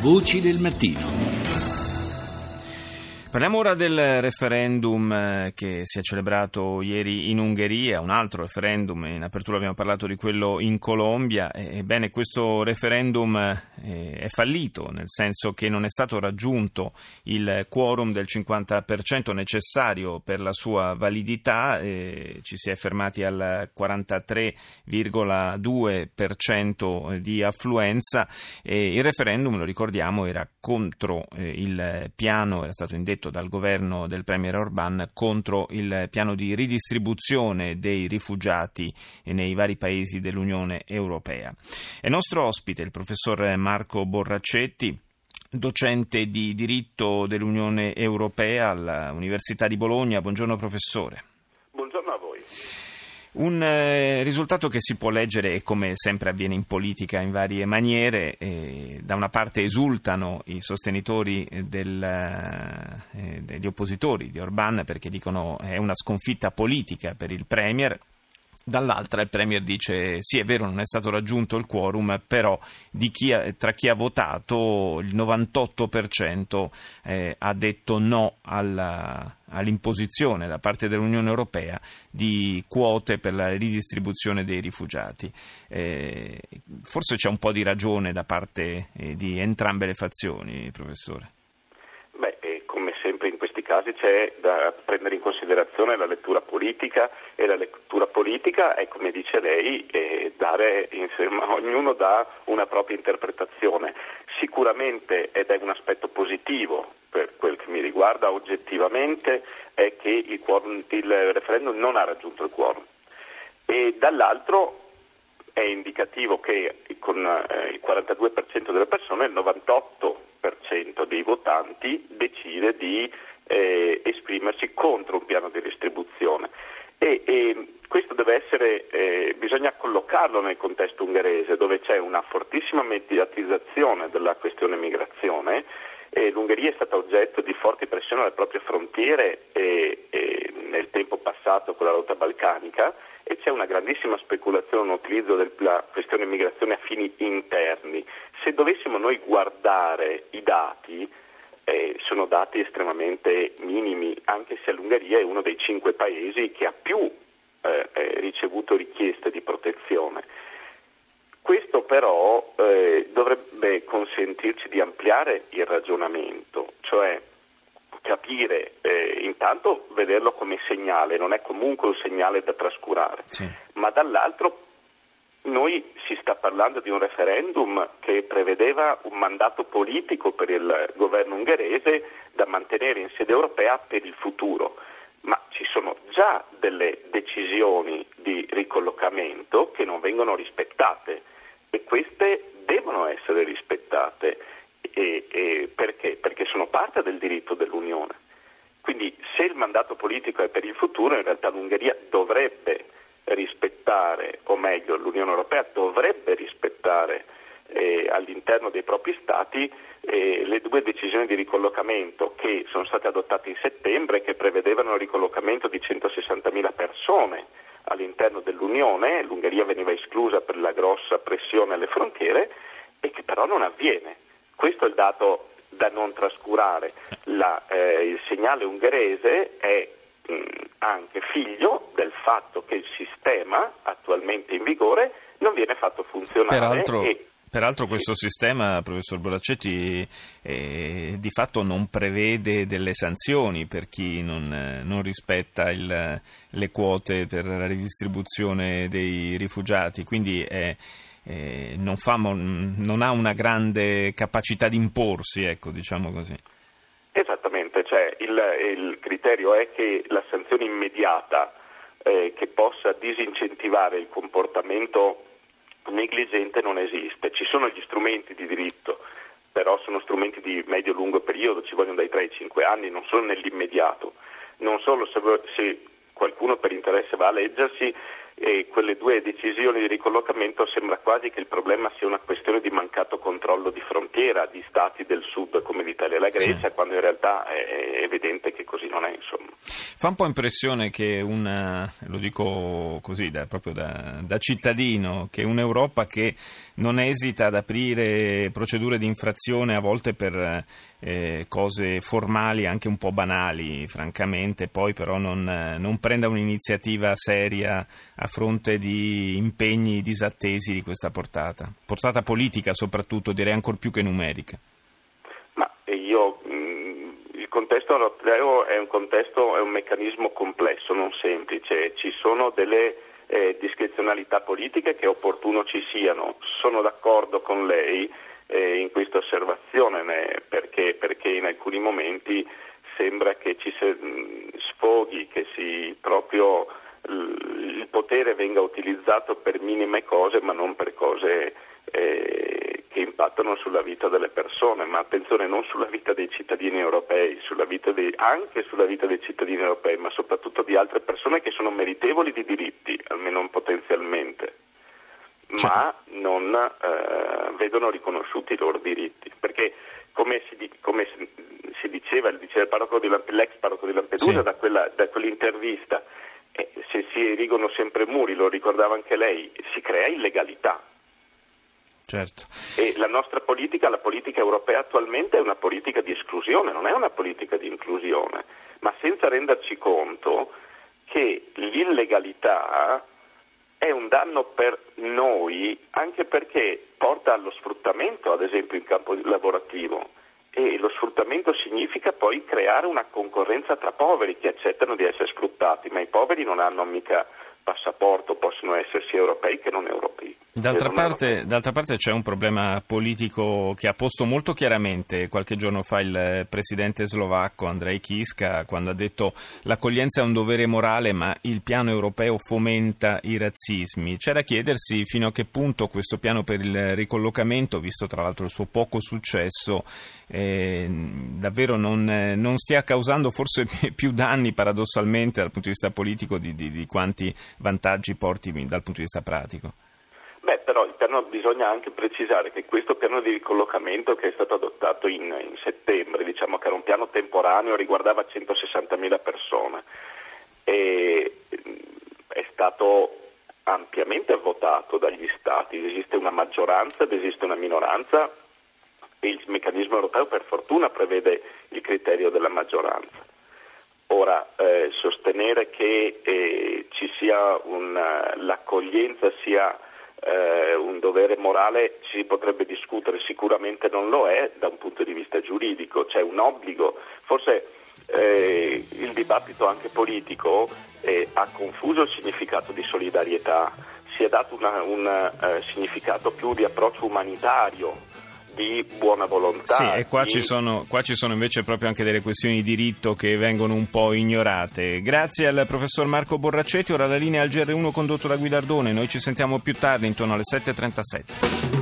Voci del mattino. Parliamo ora del referendum che si è celebrato ieri in Ungheria, un altro referendum. In apertura abbiamo parlato di quello in Colombia. Ebbene, questo referendum è fallito, nel senso che non è stato raggiunto il quorum del 50% necessario per la sua validità. Ci si è fermati al 43,2% di affluenza. Il referendum, lo ricordiamo, era contro il piano, era stato indetto dal governo del premier Orbán contro il piano di ridistribuzione dei rifugiati nei vari paesi dell'Unione Europea. È nostro ospite il professor Marco Borraccetti, docente di diritto dell'Unione Europea all'Università di Bologna. Buongiorno professore. Buongiorno a voi. Un risultato che si può leggere, e come sempre avviene in politica, in varie maniere. Da una parte esultano i sostenitori degli oppositori di Orbán, perché dicono è una sconfitta politica per il Premier. Dall'altra il Premier dice sì, è vero, non è stato raggiunto il quorum, però tra chi ha votato il 98% ha detto no all'imposizione da parte dell'Unione Europea di quote per la ridistribuzione dei rifugiati. Forse c'è un po' di ragione da parte di entrambe le fazioni, professore. Come sempre in questi casi c'è da prendere in considerazione la lettura politica, e la lettura politica è, come dice lei, ognuno dà una propria interpretazione. Sicuramente, ed è un aspetto positivo per quel che mi riguarda oggettivamente, è che il referendum non ha raggiunto il quorum, e dall'altro è indicativo che con il 42% delle persone, il 98% dei votanti decide di esprimersi contro un piano di distribuzione, e questo deve essere, bisogna collocarlo nel contesto ungherese, dove c'è una fortissima mediatizzazione della questione migrazione. L'Ungheria è stata oggetto di forti pressioni alle proprie frontiere nel tempo passato con la rotta balcanica, e c'è una grandissima speculazione, un utilizzo della questione migrazione a fini interni. Se dovessimo noi guardare i dati, sono dati estremamente minimi, anche se l'Ungheria è uno dei 5 paesi che ha più ricevuto richieste di protezione. Questo però dovrebbe consentirci di ampliare il ragionamento, cioè capire, intanto vederlo come segnale, non è comunque un segnale da trascurare, sì. Ma dall'altro si sta parlando di un referendum che prevedeva un mandato politico per il governo ungherese da mantenere in sede europea per il futuro, ma ci sono già delle decisioni di ricollocamento che non vengono rispettate, e queste devono essere rispettate. Perché? Perché sono parte del diritto dell'Unione. Quindi se il mandato politico è per il futuro, in realtà l'Ungheria dovrebbe rispettare, o meglio l'Unione Europea dovrebbe rispettare all'interno dei propri Stati le 2 decisioni di ricollocamento che sono state adottate in settembre, che prevedevano il ricollocamento di 160.000 persone all'interno dell'Unione. L'Ungheria veniva esclusa per la grossa pressione alle frontiere, e che però non avviene. Questo è il dato da non trascurare. Il segnale ungherese è anche figlio del fatto che il sistema attualmente in vigore non viene fatto funzionare. Peraltro questo sistema, professor Borraccetti, di fatto non prevede delle sanzioni per chi non rispetta le quote per la ridistribuzione dei rifugiati, quindi non ha una grande capacità di imporsi, ecco, diciamo così. Esattamente, cioè il criterio è che la sanzione immediata che possa disincentivare il comportamento negligente non esiste. Ci sono gli strumenti di diritto, però sono strumenti di medio-lungo periodo, ci vogliono dai 3 ai 5 anni, non sono nell'immediato. Non solo, se qualcuno per interesse va a leggersi quelle due decisioni di ricollocamento sembra quasi che il problema sia una questione di mancato controllo di frontiera di stati del sud come l'Italia e la Grecia, sì, quando in realtà è evidente che così non è, insomma. Fa un po' impressione che lo dico così proprio da cittadino, che un'Europa che non esita ad aprire procedure di infrazione a volte per cose formali anche un po' banali, francamente, poi però non prenda un'iniziativa seria a fronte di impegni disattesi di questa portata politica soprattutto, direi ancor più che numerica. Ma il contesto europeo è un meccanismo complesso, non semplice, ci sono delle discrezionalità politiche che è opportuno ci siano. Sono d'accordo con lei in questa osservazione perché in alcuni momenti sembra che ci sfoghi, che proprio il potere venga utilizzato per minime cose ma non per cose che impattano sulla vita delle persone, ma attenzione, non sulla vita dei cittadini europei, anche sulla vita dei cittadini europei, ma soprattutto di altre persone che sono meritevoli di diritti, almeno potenzialmente, ma non vedono riconosciuti i loro diritti, perché come si diceva l'ex parroco di Lampedusa, sì, da quell'intervista, se si erigono sempre muri, lo ricordava anche lei, si crea illegalità. Certo. E la politica europea attualmente è una politica di esclusione, non è una politica di inclusione, ma senza renderci conto che l'illegalità è un danno per noi, anche perché porta allo sfruttamento, ad esempio in campo lavorativo, e lo sfruttamento significa poi creare una concorrenza tra poveri che accettano di essere sfruttati, ma i poveri non hanno mica passaporto, possono essere sia europei che non europei. D'altra parte c'è un problema politico che ha posto molto chiaramente qualche giorno fa il presidente slovacco Andrej Kiska, quando ha detto l'accoglienza è un dovere morale ma il piano europeo fomenta i razzismi. C'è da chiedersi fino a che punto questo piano per il ricollocamento, visto tra l'altro il suo poco successo, davvero non stia causando forse più danni paradossalmente dal punto di vista politico di quanti vantaggi porti dal punto di vista pratico. Però bisogna anche precisare che questo piano di ricollocamento che è stato adottato in settembre, diciamo che era un piano temporaneo, riguardava 160.000 persone e è stato ampiamente votato dagli Stati, esiste una maggioranza ed esiste una minoranza e il meccanismo europeo per fortuna prevede il criterio della maggioranza. Ora, sostenere che ci sia l'accoglienza sia un dovere morale ci potrebbe discutere, sicuramente non lo è da un punto di vista giuridico, c'è un obbligo, forse il dibattito anche politico ha confuso il significato di solidarietà, si è dato un significato più di approccio umanitario, di buona volontà. Sì, e qua ci sono invece proprio anche delle questioni di diritto che vengono un po' ignorate. Grazie al professor Marco Borraccetti. Ora la linea al GR1 condotto da Guidardone. Noi ci sentiamo più tardi, intorno alle 7.37.